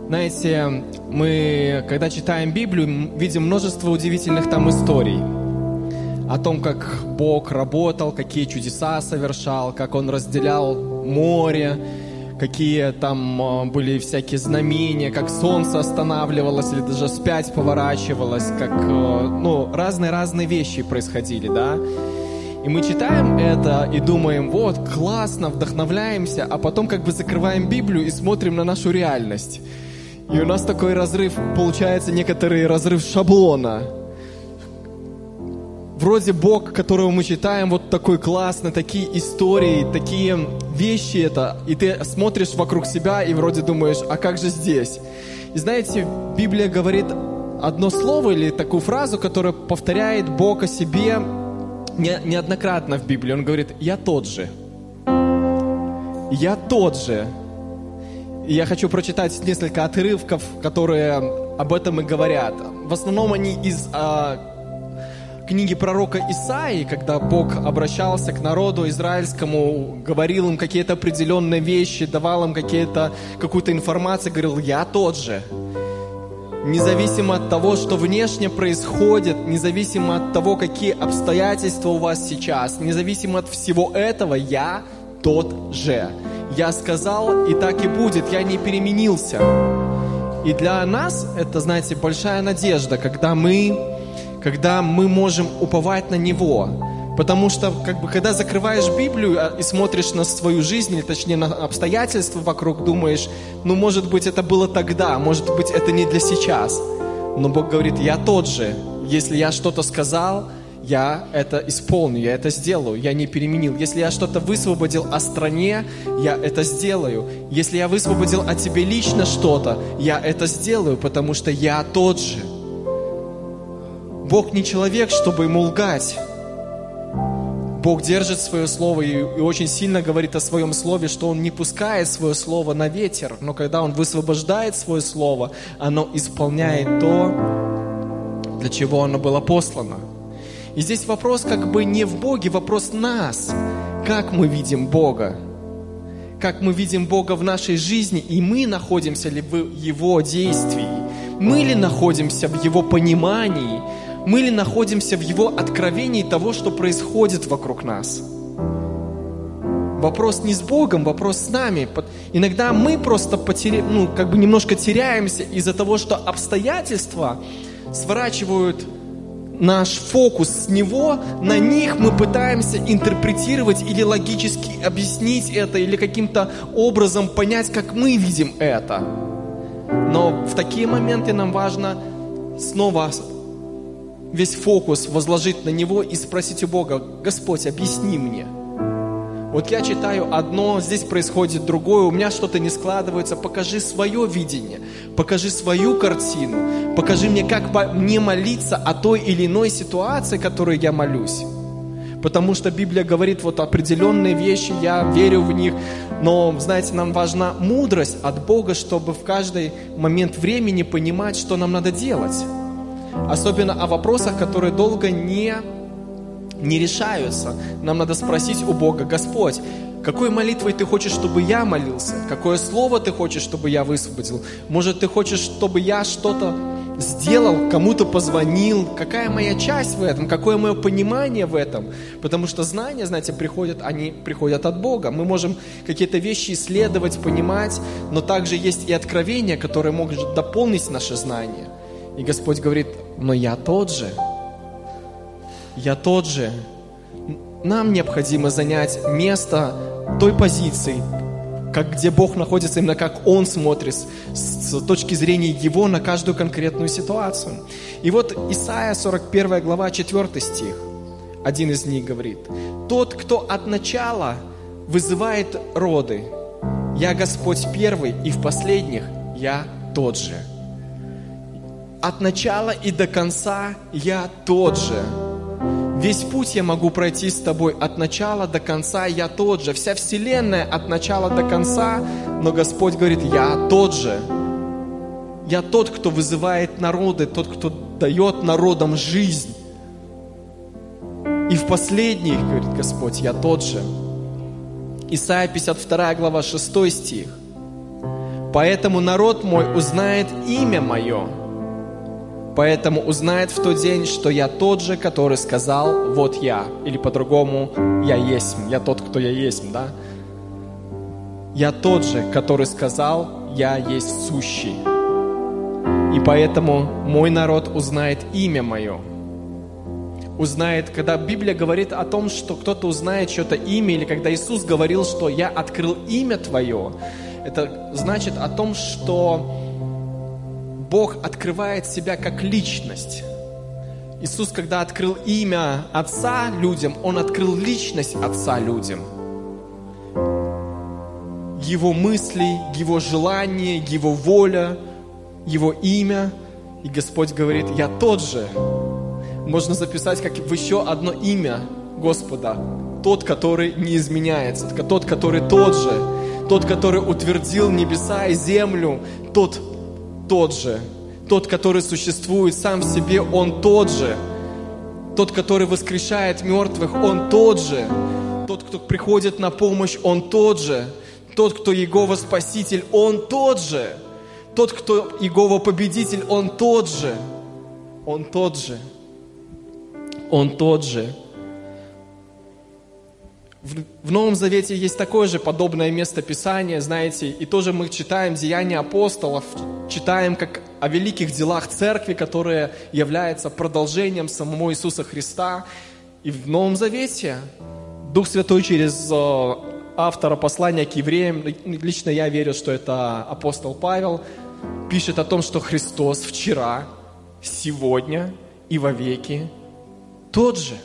Знаете, мы, когда читаем Библию, видим множество удивительных там историй о том, как Бог работал, какие чудеса совершал, как Он разделял море, какие там были всякие знамения, как солнце останавливалось или даже вспять поворачивалось, как, разные вещи происходили, да. И мы читаем это и думаем, вот, классно, вдохновляемся, а потом как бы закрываем Библию и смотрим на нашу реальность. И у нас такой разрыв, получается некоторый разрыв шаблона. Вроде Бог, которого мы читаем, вот такой классный, такие истории, такие вещи это, и ты смотришь вокруг себя и вроде думаешь, а как же здесь? И знаете, Библия говорит одно слово или такую фразу, которая повторяет Бог о себе неоднократно в Библии. Он говорит, я тот же. Я тот же. И я хочу прочитать несколько отрывков, которые об этом и говорят. В основном они из книги пророка Исаии, когда Бог обращался к народу израильскому, говорил им какие-то определенные вещи, давал им какую-то информацию, говорил, я тот же. Независимо от того, что внешне происходит, независимо от того, какие обстоятельства у вас сейчас, независимо от всего этого, я тот же. Я сказал, и так и будет, я не переменился. И для нас это, знаете, большая надежда, когда мы можем уповать на Него. Потому что, когда закрываешь Библию и смотришь на свою жизнь, или точнее на обстоятельства вокруг, думаешь, может быть, это было тогда, может быть, это не для сейчас. Но Бог говорит, я тот же. Если я что-то сказал, я это исполню, я это сделаю, я не переменил. Если я что-то высвободил о стране, я это сделаю. Если я высвободил о тебе лично что-то, я это сделаю, потому что я тот же. Бог не человек, чтобы ему лгать. Бог держит свое слово и очень сильно говорит о своем слове, что Он не пускает свое слово на ветер, но когда Он высвобождает свое слово, оно исполняет то, для чего оно было послано. И здесь вопрос не в Боге, вопрос нас. Как мы видим Бога? Как мы видим Бога в нашей жизни, и мы находимся ли в Его действии? Мы ли находимся в Его понимании? Мы ли находимся в Его откровении того, что происходит вокруг нас? Вопрос не с Богом, вопрос с нами. Иногда мы просто немножко теряемся из-за того, что обстоятельства сворачивают наш фокус с Него, на них мы пытаемся интерпретировать или логически объяснить это, или каким-то образом понять, как мы видим это. Но в такие моменты нам важно снова весь фокус возложить на Него и спросить у Бога, Господь, объясни мне. Вот я читаю одно, здесь происходит другое, у меня что-то не складывается. Покажи свое видение, покажи свою картину, покажи мне, как мне молиться о той или иной ситуации, которой я молюсь. Потому что Библия говорит определенные вещи, я верю в них, но, знаете, нам важна мудрость от Бога, чтобы в каждый момент времени понимать, что нам надо делать. Особенно о вопросах, которые долго не решаются. Нам надо спросить у Бога, Господь, какой молитвой Ты хочешь, чтобы я молился? Какое слово Ты хочешь, чтобы я высвободил? Может, Ты хочешь, чтобы я что-то сделал, кому-то позвонил? Какая моя часть в этом? Какое мое понимание в этом? Потому что знания, знаете, они приходят от Бога. Мы можем какие-то вещи исследовать, понимать, но также есть и откровения, которые могут дополнить наши знания. И Господь говорит, но я тот же. Я тот же. Нам необходимо занять место той позиции, где Бог находится, именно как Он смотрит с точки зрения Его на каждую конкретную ситуацию. И вот Исайя 41 глава 4 стих, один из них говорит, «Тот, кто от начала вызывает роды, я Господь первый, и в последних я тот же». От начала и до конца я тот же. Весь путь я могу пройти с тобой от начала до конца, я тот же. Вся вселенная от начала до конца, но Господь говорит, я тот же. Я тот, кто вызывает народы, тот, кто дает народам жизнь. И в последних, говорит Господь, я тот же. Исайя 52 глава 6 стих. Поэтому народ мой узнает имя мое. Поэтому узнает в тот день, что я тот же, который сказал, вот я. Или по-другому, я есть. Я тот, кто я есть, да? Я тот же, который сказал, я есть сущий. И поэтому мой народ узнает имя мое. Узнает, когда Библия говорит о том, что кто-то узнает что-то имя, или когда Иисус говорил, что я открыл имя твое, это значит о том, что Бог открывает себя как личность. Иисус, когда открыл имя Отца людям, Он открыл личность Отца людям. Его мысли, Его желания, Его воля, Его имя. И Господь говорит, я тот же. Можно записать как в еще одно имя Господа. Тот, который не изменяется. Тот, который тот же. Тот, который утвердил небеса и землю. Тот же. Тот, который существует сам в себе, Он тот же. Тот, который воскрешает мертвых, Он тот же. Тот, кто приходит на помощь, Он тот же. Тот, кто Иегова Спаситель, Он тот же. Тот, кто Иегова Победитель, Он тот же. Он тот же. Он тот же. В Новом Завете есть такое же подобное место Писания, знаете, и тоже мы читаем Деяния апостолов, читаем как о великих делах Церкви, которые являются продолжением самого Иисуса Христа. И в Новом Завете Дух Святой через автора послания к евреям, лично я верю, что это апостол Павел, пишет о том, что Христос вчера, сегодня и вовеки тот же.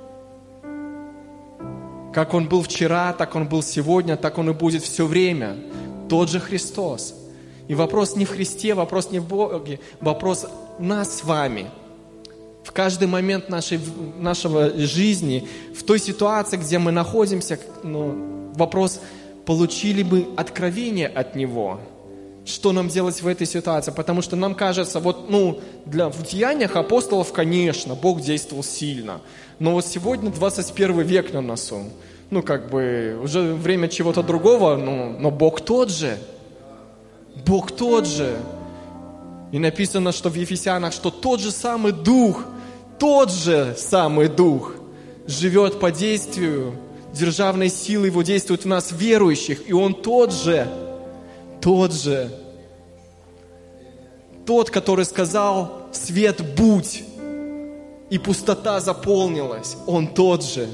Как Он был вчера, так Он был сегодня, так Он и будет все время. Тот же Христос. И вопрос не в Христе, вопрос не в Боге, вопрос нас с вами. В каждый момент нашего жизни, в той ситуации, где мы находимся, вопрос, получили мы откровение от Него. Что нам делать в этой ситуации? Потому что нам кажется, в деяниях апостолов, конечно, Бог действовал сильно. Но вот сегодня 21 век на носу. Уже время чего-то другого, но Бог тот же. Бог тот же. И написано, что в Ефесянах, что тот же самый Дух живет по действию, державной силы Его действует в нас, верующих, и Он тот же. Тот, который сказал, свет будь, и пустота заполнилась, Он тот же.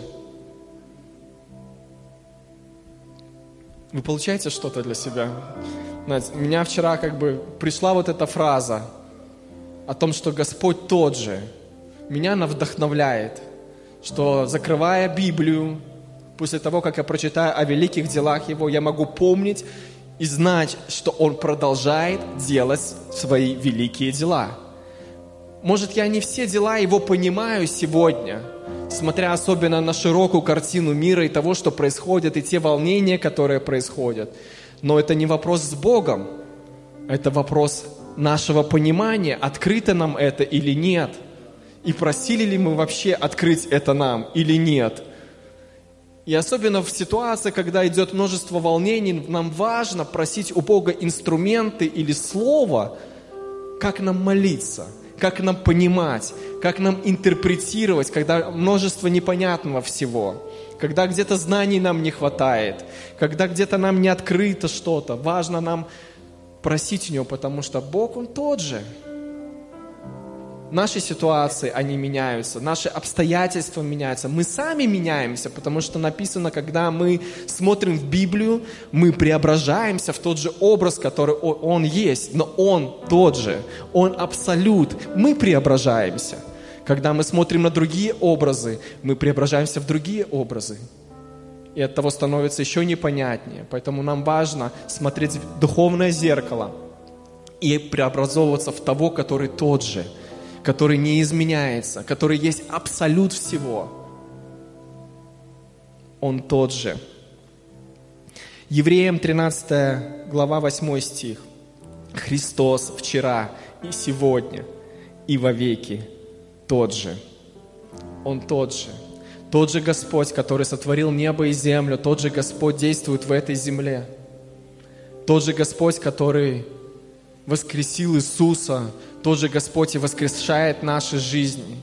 Вы получаете что-то для себя? Знаете, у меня вчера пришла вот эта фраза о том, что Господь тот же. Меня она вдохновляет, что, закрывая Библию, после того, как я прочитаю о великих делах Его, я могу помнить и знать, что Он продолжает делать свои великие дела. Может, я не все дела Его понимаю сегодня, смотря особенно на широкую картину мира и того, что происходит, и те волнения, которые происходят. Но это не вопрос с Богом, это вопрос нашего понимания, открыто нам это или нет. И просили ли мы вообще открыть это нам или нет. И особенно в ситуации, когда идет множество волнений, нам важно просить у Бога инструменты или слово, как нам молиться, как нам понимать, как нам интерпретировать, когда множество непонятного всего, когда где-то знаний нам не хватает, когда где-то нам не открыто что-то. Важно нам просить у Него, потому что Бог, Он тот же. Наши ситуации, они меняются, наши обстоятельства меняются, мы сами меняемся, потому что написано, когда мы смотрим в Библию, мы преображаемся в тот же образ, который Он есть, но Он тот же, Он абсолют, мы преображаемся. Когда мы смотрим на другие образы, мы преображаемся в другие образы. И от того становится еще непонятнее, поэтому нам важно смотреть в духовное зеркало и преобразовываться в того, который тот же, который не изменяется, который есть абсолют всего. Он тот же. Евреям 13 глава 8 стих. Христос вчера и сегодня и вовеки тот же. Он тот же. Тот же Господь, который сотворил небо и землю, тот же Господь действует в этой земле. Тот же Господь, который воскресил Иисуса, тот же Господь и воскрешает наши жизни.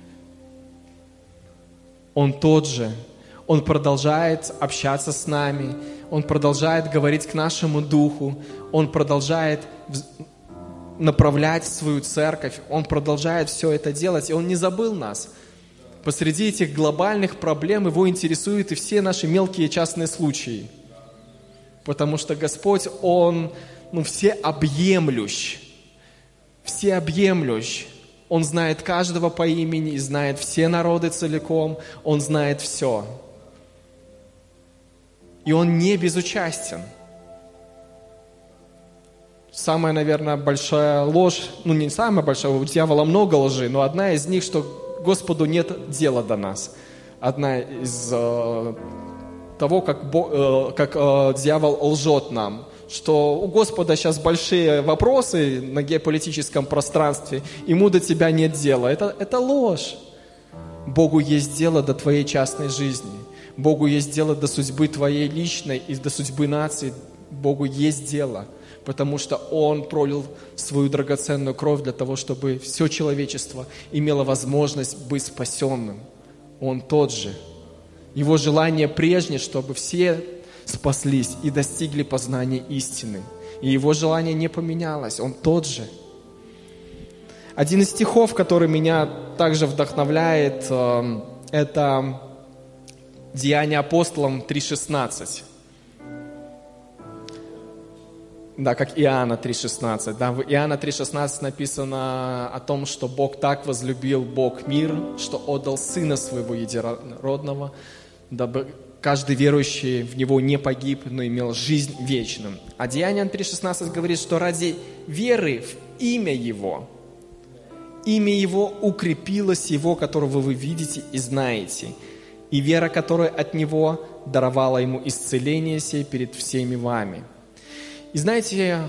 Он тот же. Он продолжает общаться с нами. Он продолжает говорить к нашему духу. Он продолжает направлять свою церковь. Он продолжает все это делать. И Он не забыл нас. Посреди этих глобальных проблем Его интересуют и все наши мелкие частные случаи. Потому что Господь, Он всеобъемлющ. Всеобъемлющ. Он знает каждого по имени, знает все народы целиком. Он знает все. И Он не безучастен. Самая, наверное, большая ложь, не самая большая, у дьявола много лжи, но одна из них, что Господу нет дела до нас. Одна из того, как дьявол лжет нам, что у Господа сейчас большие вопросы на геополитическом пространстве, ему до тебя нет дела. Это ложь. Богу есть дело до твоей частной жизни. Богу есть дело до судьбы твоей личной и до судьбы нации. Богу есть дело, потому что Он пролил свою драгоценную кровь для того, чтобы все человечество имело возможность быть спасенным. Он тот же. Его желание прежнее, чтобы все спаслись и достигли познания истины. И Его желание не поменялось. Он тот же. Один из стихов, который меня также вдохновляет, это Деяния апостолам 3:16. Да, как Иоанна 3:16. Да, в Иоанна 3:16 написано о том, что Бог так возлюбил Бог мир, что отдал Сына Своего Единородного, дабы каждый верующий в Него не погиб, но имел жизнь вечную. А Деяния 3:16 говорит, что ради веры в имя Его укрепилось Его, которого вы видите и знаете, и вера, которая от Него даровала Ему исцеление сей перед всеми вами. И знаете,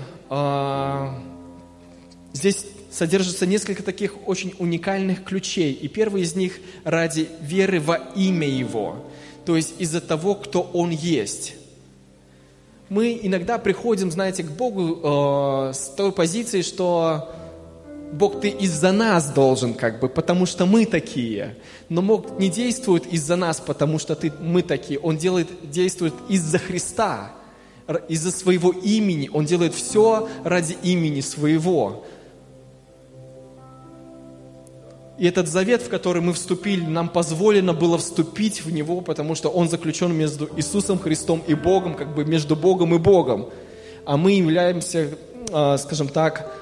здесь содержится несколько таких очень уникальных ключей. И первый из них ради веры во имя Его, то есть из-за того, кто Он есть. Мы иногда приходим, знаете, к Богу с той позиции, что Бог, Ты из-за нас должен, потому что мы такие. Но Бог не действует из-за нас, потому что мы такие. Он действует из-за Христа. Из-за своего имени. Он делает все ради имени своего. И этот завет, в который мы вступили, нам позволено было вступить в него, потому что он заключен между Иисусом Христом и Богом, между Богом и Богом. А мы являемся, скажем так,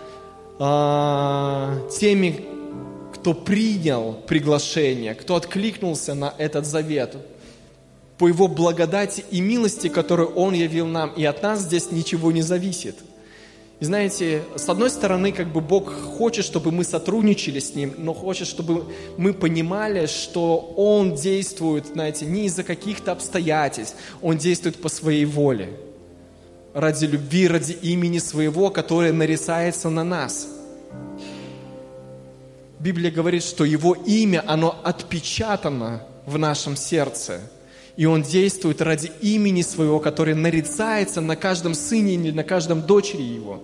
теми, кто принял приглашение, кто откликнулся на этот завет, по Его благодати и милости, которую Он явил нам, и от нас здесь ничего не зависит. И знаете, с одной стороны, Бог хочет, чтобы мы сотрудничали с Ним, но хочет, чтобы мы понимали, что Он действует, знаете, не из-за каких-то обстоятельств, Он действует по Своей воле, ради любви, ради имени Своего, которое нарицается на нас. Библия говорит, что Его имя, оно отпечатано в нашем сердце. И Он действует ради имени Своего, которое нарицается на каждом сыне или на каждом дочери Его.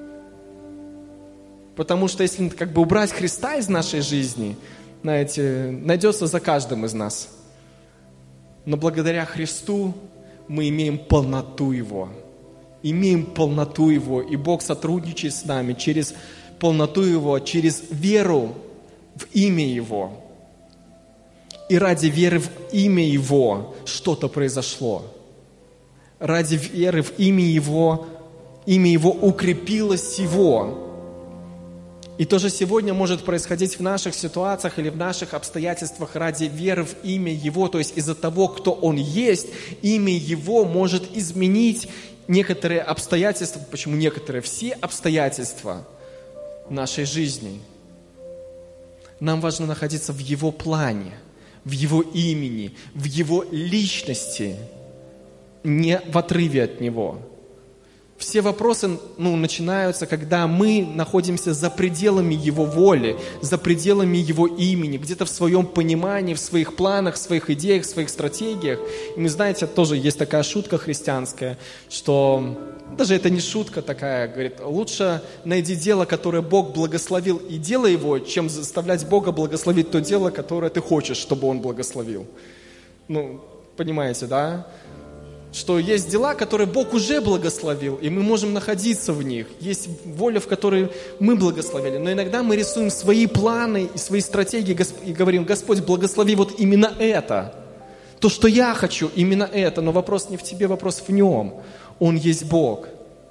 Потому что если убрать Христа из нашей жизни, знаете, найдется за каждым из нас. Но благодаря Христу мы имеем полноту Его. Имеем полноту Его. И Бог сотрудничает с нами через полноту Его, через веру в имя Его. И ради веры в имя Его что-то произошло. Ради веры в имя Его укрепилось Его. И то же сегодня может происходить в наших ситуациях или в наших обстоятельствах ради веры в имя Его. То есть из-за того, кто Он есть, имя Его может изменить некоторые обстоятельства. Почему некоторые? Все обстоятельства нашей жизни. Нам важно находиться в Его плане, в Его имени, в Его личности, не в отрыве от Него. Все вопросы начинаются, когда мы находимся за пределами Его воли, за пределами Его имени, где-то в своем понимании, в своих планах, в своих идеях, в своих стратегиях. И вы знаете, тоже есть такая шутка христианская, что даже это не шутка такая, говорит, лучше найди дело, которое Бог благословил, и делай его, чем заставлять Бога благословить то дело, которое ты хочешь, чтобы Он благословил. Ну, понимаете, да? Что есть дела, которые Бог уже благословил, и мы можем находиться в них. Есть воля, в которой мы благословили. Но иногда мы рисуем свои планы и свои стратегии и говорим, Господь, благослови вот именно это. То, что я хочу, именно это. Но вопрос не в тебе, вопрос в Нем. Он есть Бог.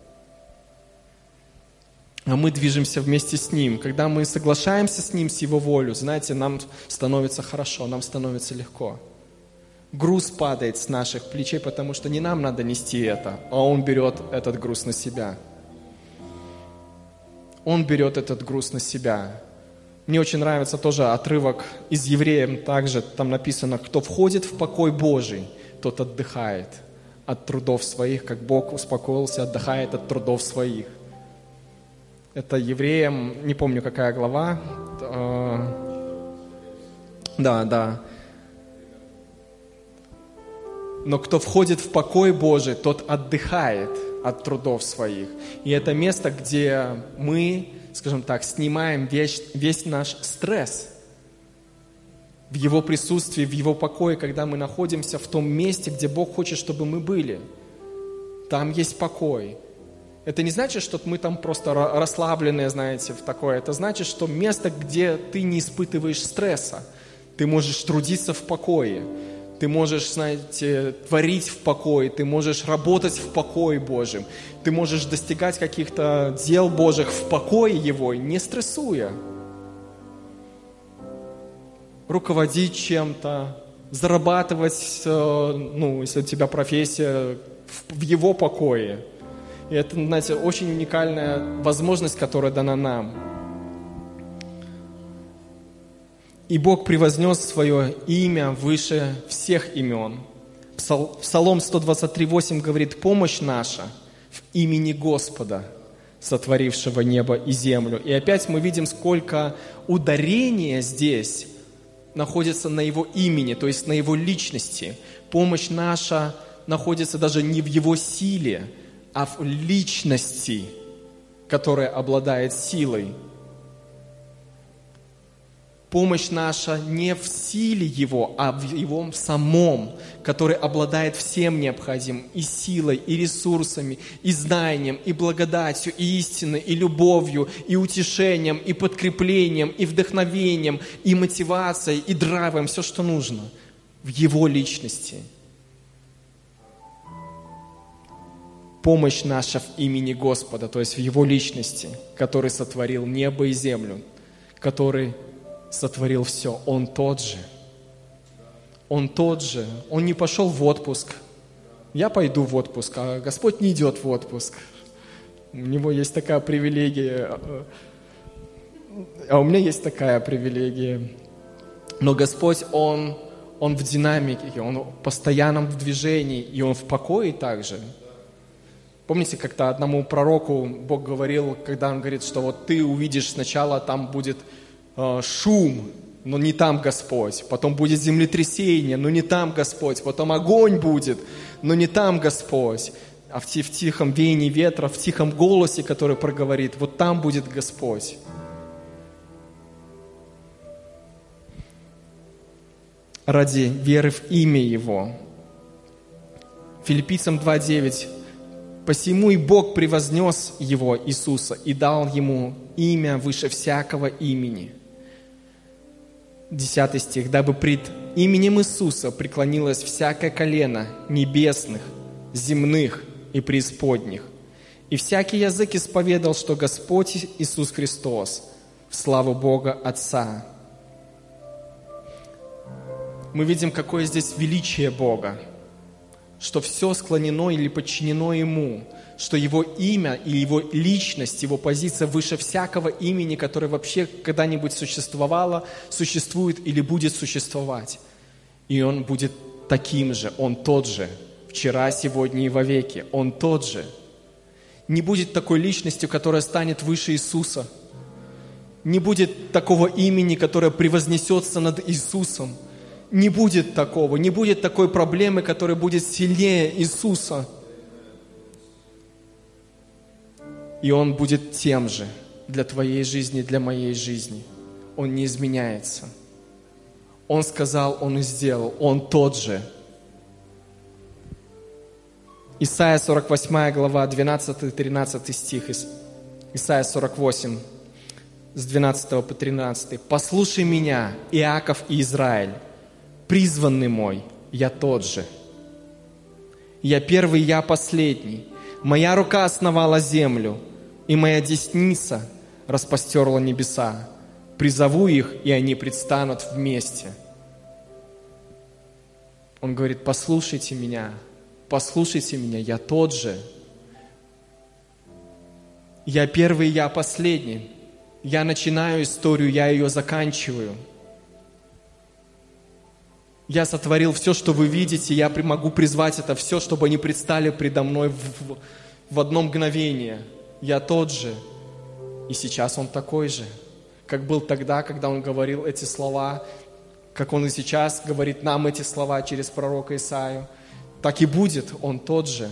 А мы движемся вместе с Ним. Когда мы соглашаемся с Ним, с Его волей, знаете, нам становится хорошо, нам становится легко. Груз падает с наших плечей, потому что не нам надо нести это, а Он берет этот груз на себя. Он берет этот груз на себя. Мне очень нравится тоже отрывок из Евреям, также там написано, кто входит в покой Божий, тот отдыхает от трудов своих, как Бог успокоился, отдыхает от трудов своих. Это Евреям, не помню, какая глава. Да. Но кто входит в покой Божий, тот отдыхает от трудов своих. И это место, где мы, скажем так, снимаем весь наш стресс. В Его присутствии, в Его покое, когда мы находимся в том месте, где Бог хочет, чтобы мы были. Там есть покой. Это не значит, что мы там просто расслабленные, знаете, в такое. Это значит, что место, где ты не испытываешь стресса. Ты можешь трудиться в покое. Ты можешь, знаете, творить в покое, ты можешь работать в покое Божьем, ты можешь достигать каких-то дел Божьих в покое Его, не стрессуя. Руководить чем-то, зарабатывать, если у тебя профессия, в Его покое. И это, знаете, очень уникальная возможность, которая дана нам. И Бог превознес свое имя выше всех имен. Псалом 123:8 говорит, помощь наша в имени Господа, сотворившего небо и землю. И опять мы видим, сколько ударения здесь находится на Его имени, то есть на Его личности. Помощь наша находится даже не в Его силе, а в личности, которая обладает силой. Помощь наша не в силе Его, а в Его самом, который обладает всем необходимым, и силой, и ресурсами, и знанием, и благодатью, и истиной, и любовью, и утешением, и подкреплением, и вдохновением, и мотивацией, и драйвом, все, что нужно в Его личности. Помощь наша в имени Господа, то есть в Его личности, который сотворил небо и землю, который сотворил все. Он тот же. Он тот же. Он не пошел в отпуск. Я пойду в отпуск, а Господь не идет в отпуск. У него есть такая привилегия. А у меня есть такая привилегия. Но Господь, Он в динамике, Он постоянно в движении, и Он в покое также. Помните, как-то одному пророку Бог говорил, когда Он говорит, что вот ты увидишь сначала, там будет шум, но не там Господь. Потом будет землетрясение, но не там Господь. Потом огонь будет, но не там Господь. А в тихом веянии ветра, в тихом голосе, который проговорит, вот там будет Господь. Ради веры в имя Его. Филиппийцам 2:9. Посему и Бог превознес Его, Иисуса, и дал Ему имя выше всякого имени. 10 стих. Дабы пред именем Иисуса преклонилось всякое колено небесных, земных и преисподних. И всякий язык исповедал, что Господь Иисус Христос, в славу Бога Отца. Мы видим, какое здесь величие Бога, что все склонено или подчинено Ему, что Его имя и Его личность, Его позиция выше всякого имени, которое вообще когда-нибудь существовало, существует или будет существовать. И Он будет таким же, Он тот же, вчера, сегодня и вовеки, Он тот же. Не будет такой личностью, которая станет выше Иисуса. Не будет такого имени, которое превознесется над Иисусом. Не будет такого, не будет такой проблемы, которая будет сильнее Иисуса. И Он будет тем же для твоей жизни, для моей жизни. Он не изменяется. Он сказал, Он и сделал. Он тот же. Исайя 48 глава, 12-13 стих. Исайя 48, с 12 по 13. «Послушай меня, Иаков и Израиль, призванный мой, я тот же. Я первый, я последний. Моя рука основала землю, и моя десница распростерла небеса. Призову их, и они предстанут вместе». Он говорит, послушайте меня, я тот же. Я первый, я последний. Я начинаю историю, я ее заканчиваю. Я сотворил все, что вы видите, я могу призвать это все, чтобы они предстали предо мной в одно мгновение. Я тот же. И сейчас Он такой же, как был тогда, когда Он говорил эти слова, как Он и сейчас говорит нам эти слова через пророка Исаию. Так и будет, Он тот же.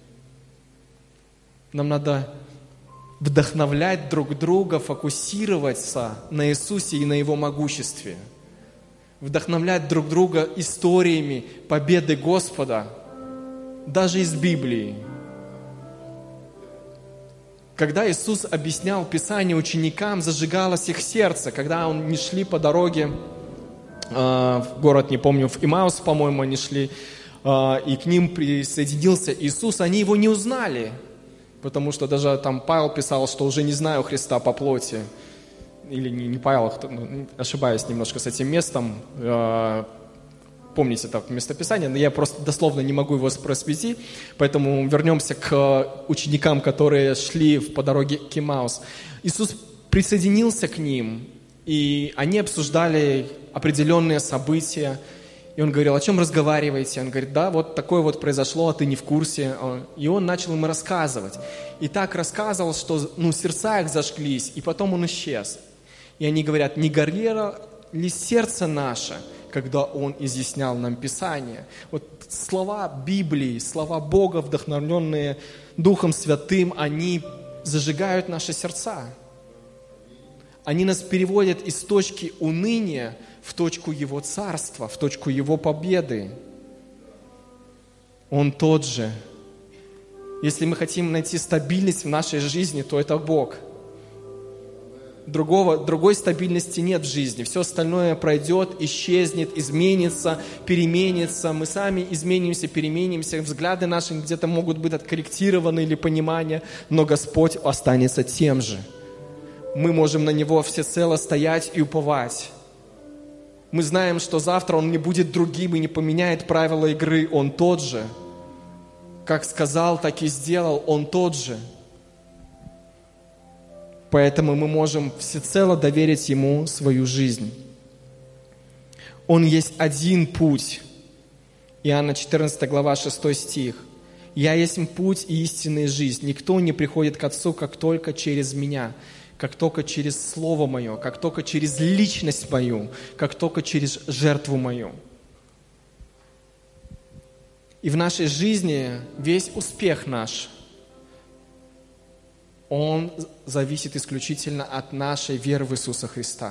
Нам надо вдохновлять друг друга, фокусироваться на Иисусе и на Его могуществе. Вдохновлять друг друга историями победы Господа, даже из Библии. Когда Иисус объяснял Писание ученикам, зажигалось их сердце. Когда они шли по дороге в город, не помню, в Имаус, по-моему, они шли, и к ним присоединился Иисус, они Его не узнали. Потому что даже там Павел писал, что уже не знаю Христа по плоти. Или не Павел, ошибаюсь немножко с этим местом. Помните это местописание, но я просто дословно не могу его воспроизвести. Поэтому вернемся к ученикам, которые шли по дороге к Имаус. Иисус присоединился к ним, и они обсуждали определенные события. И Он говорил, о чем разговариваете? Он говорит, да, вот такое вот произошло, а ты не в курсе. И Он начал им рассказывать. И так рассказывал, что сердца их зажглись, и потом Он исчез. И они говорят, не горело ли сердце наше, когда Он изъяснял нам Писание? Вот слова Библии, слова Бога, вдохновленные Духом Святым, они зажигают наши сердца. Они нас переводят из точки уныния в точку Его царства, в точку Его победы. Он тот же. Если мы хотим найти стабильность в нашей жизни, то это Бог. Другой стабильности нет в жизни. Все остальное пройдет, исчезнет, изменится, переменится. Мы сами изменимся, переменимся. Взгляды наши где-то могут быть откорректированы или понимания, но Господь останется тем же. Мы можем на Него всецело стоять и уповать. Мы знаем, что завтра Он не будет другим и не поменяет правила игры. Он тот же. Как сказал, так и сделал. Он тот же. Поэтому мы можем всецело доверить Ему свою жизнь. Он есть один путь. Иоанна 14 глава 6 стих. «Я есть путь и истинная жизнь. Никто не приходит к Отцу, как только через Меня». Как только через Слово Мое, как только через личность Мою, как только через жертву Мою. И в нашей жизни весь успех наш, он зависит исключительно от нашей веры в Иисуса Христа.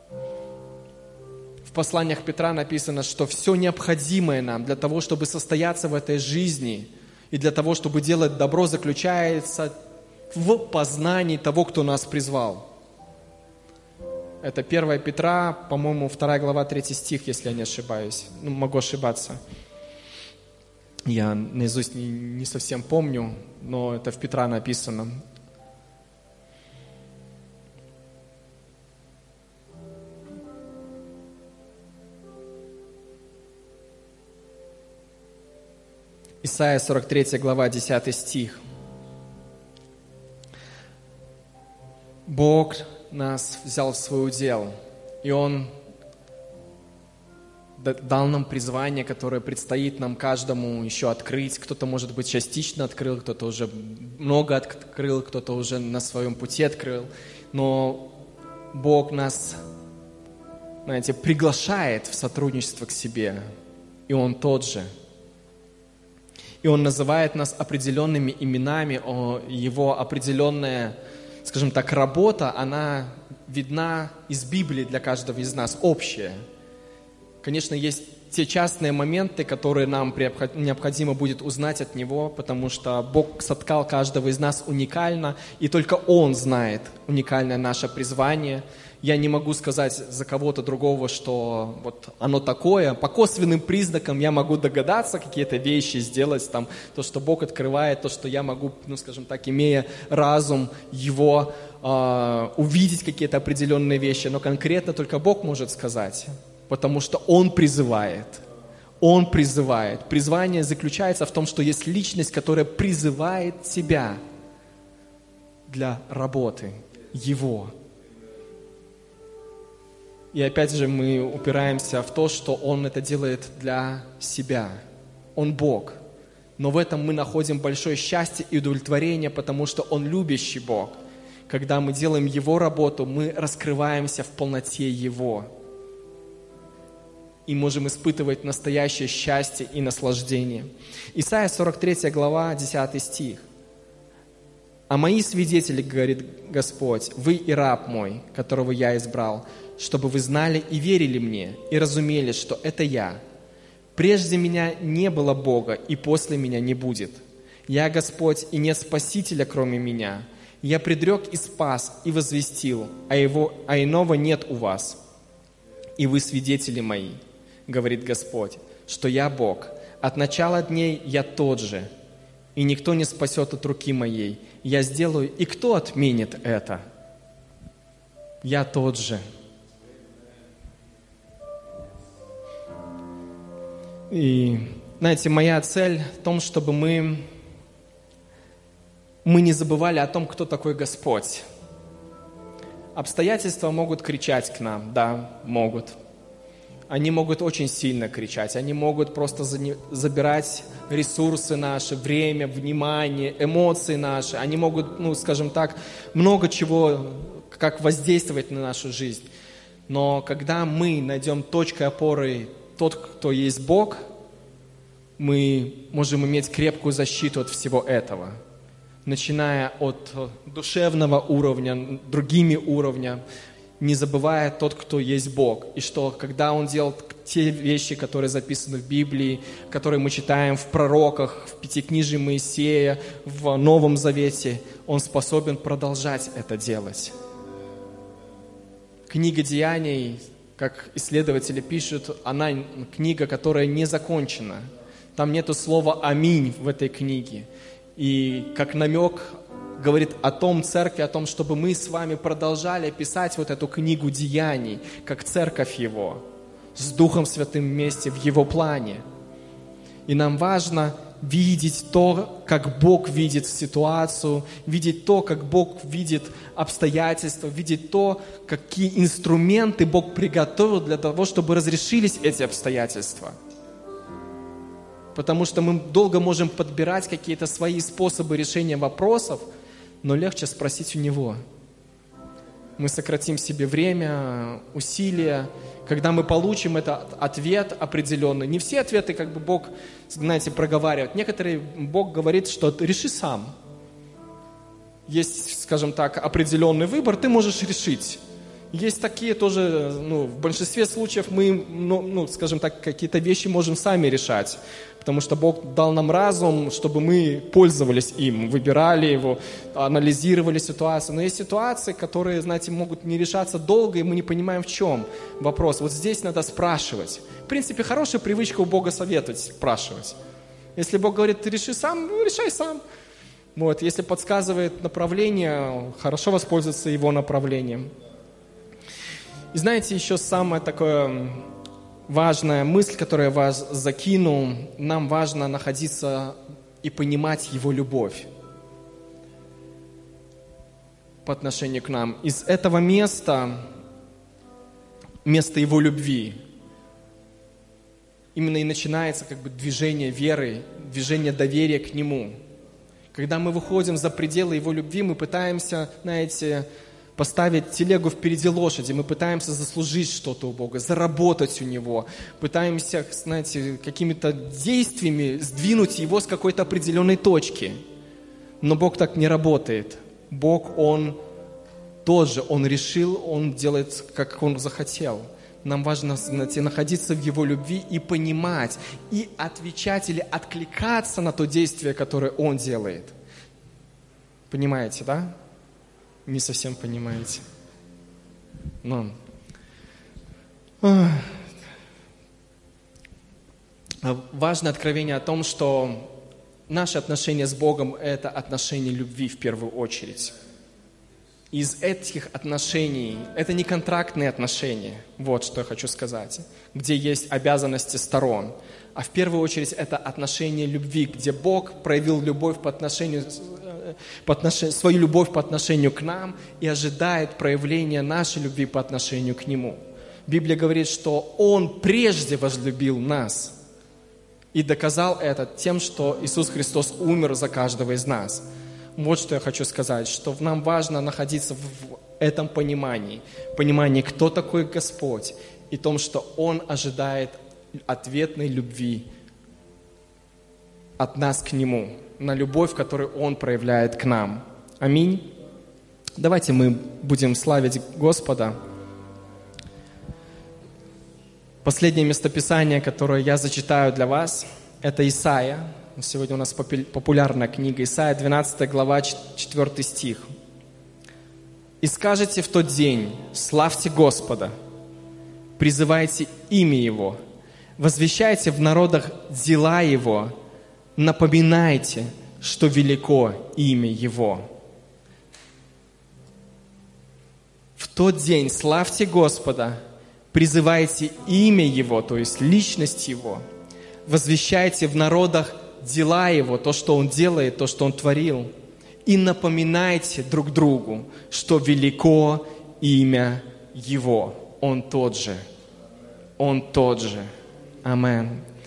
В посланиях Петра написано, что все необходимое нам для того, чтобы состояться в этой жизни и для того, чтобы делать добро, заключается в познании того, кто нас призвал. Это 1 Петра, по-моему, 2 глава, 3 стих, если я не ошибаюсь. Могу ошибаться. Я наизусть не совсем помню, но это в Петра написано. Исайя 43 глава, 10 стих. Бог нас взял в свой удел, и Он дал нам призвание, которое предстоит нам каждому еще открыть. Кто-то, может быть, частично открыл, кто-то уже много открыл, кто-то уже на своем пути открыл. Но Бог нас, знаете, приглашает в сотрудничество к себе, и Он тот же. И Он называет нас определенными именами, Его определенная, скажем так, работа, она видна из Библии для каждого из нас, общая. Конечно, есть те частные моменты, которые нам необходимо будет узнать от Него, потому что Бог соткал каждого из нас уникально, и только Он знает уникальное наше призвание. Я не могу сказать за кого-то другого, что вот оно такое. По косвенным признакам я могу догадаться, какие-то вещи сделать, там, то, что Бог открывает, то, что я могу, скажем так, имея разум Его, увидеть какие-то определенные вещи, но конкретно только Бог может сказать. Потому что Он призывает. Он призывает. Призвание заключается в том, что есть личность, которая призывает тебя для работы Его. И опять же мы упираемся в то, что Он это делает для себя. Он Бог. Но в этом мы находим большое счастье и удовлетворение, потому что Он любящий Бог. Когда мы делаем Его работу, мы раскрываемся в полноте Его. И можем испытывать настоящее счастье и наслаждение. Исайя 43 глава, 10 стих. «А мои свидетели, говорит Господь, вы и раб мой, которого я избрал, чтобы вы знали и верили мне, и разумели, что это я. Прежде меня не было Бога, и после меня не будет. Я Господь, и нет Спасителя, кроме меня. Я предрек и спас, и возвестил, а иного нет у вас. И вы свидетели мои, говорит Господь, что я Бог. От начала дней я тот же, и никто не спасет от руки моей. Я сделаю, и кто отменит это? Я тот же». И, знаете, моя цель в том, чтобы мы не забывали о том, кто такой Господь. Обстоятельства могут кричать к нам, да, могут. Они могут очень сильно кричать, они могут просто забирать ресурсы наши, время, внимание, эмоции наши. Они могут, скажем так, много чего, как воздействовать на нашу жизнь. Но когда мы найдем точкой опоры тот, кто есть Бог, мы можем иметь крепкую защиту от всего этого. Начиная от душевного уровня, другими уровнями, не забывая тот, кто есть Бог. И что, когда Он делал те вещи, которые записаны в Библии, которые мы читаем в пророках, в Пятикнижии Моисея, в Новом Завете, Он способен продолжать это делать. Книга Деяний, как исследователи пишут, она книга, которая не закончена. Там нету слова «Аминь» в этой книге. И как намек говорит о том церкви, о том, чтобы мы с вами продолжали писать вот эту книгу Деяний, как церковь Его, с Духом Святым вместе в Его плане. И нам важно видеть то, как Бог видит ситуацию, видеть то, как Бог видит обстоятельства, видеть то, какие инструменты Бог приготовил для того, чтобы разрешились эти обстоятельства. Потому что мы долго можем подбирать какие-то свои способы решения вопросов, но легче спросить у Него. Мы сократим себе время, усилия, когда мы получим этот ответ определенный. Не все ответы как бы Бог, знаете, проговаривает. Некоторые Бог говорит, что реши сам. Есть, скажем так, определенный выбор, ты можешь решить. Есть такие тоже, в большинстве случаев мы, скажем так, какие-то вещи можем сами решать. Потому что Бог дал нам разум, чтобы мы пользовались им, выбирали его, анализировали ситуацию. Но есть ситуации, которые, знаете, могут не решаться долго, и мы не понимаем, в чем вопрос. Вот здесь надо спрашивать. В принципе, хорошая привычка у Бога советовать, спрашивать. Если Бог говорит, ты реши сам, решай сам. Вот. Если подсказывает направление, хорошо воспользоваться его направлением. И знаете, еще самое такое важная мысль, которую я вас закину, нам важно находиться и понимать Его любовь по отношению к нам. Из этого места Его любви, именно и начинается как бы движение веры, движение доверия к Нему. Когда мы выходим за пределы Его любви, мы пытаемся, знаете, поставить телегу впереди лошади. Мы пытаемся заслужить что-то у Бога, заработать у Него. Пытаемся, знаете, какими-то действиями сдвинуть Его с какой-то определенной точки. Но Бог так не работает. Бог, Он тот же, Он решил, Он делает, как Он захотел. Нам важно, знаете, находиться в Его любви и понимать, и отвечать или откликаться на то действие, которое Он делает. Понимаете, да? Не совсем понимаете. Но важное откровение о том, что наши отношения с Богом – это отношения любви в первую очередь. Из этих отношений, это не контрактные отношения, вот что я хочу сказать, где есть обязанности сторон, а в первую очередь это отношения любви, где Бог проявил любовь свою любовь по отношению к нам и ожидает проявления нашей любви по отношению к Нему. Библия говорит, что Он прежде возлюбил нас и доказал это тем, что Иисус Христос умер за каждого из нас. Вот что я хочу сказать, что нам важно находиться в этом понимании, кто такой Господь, и том, что Он ожидает ответной любви от нас к Нему, на любовь, которую Он проявляет к нам. Аминь. Давайте мы будем славить Господа. Последнее местописание, которое я зачитаю для вас, это Исайя. Сегодня у нас популярная книга Исайя, 12 глава, 4 стих. «И скажете в тот день: славьте Господа, призывайте имя Его, возвещайте в народах дела Его, напоминайте, что велико имя Его». В тот день славьте Господа, призывайте имя Его, то есть личность Его, возвещайте в народах дела Его, то, что Он делает, то, что Он творил, и напоминайте друг другу, что велико имя Его. Он тот же. Он тот же. Аминь.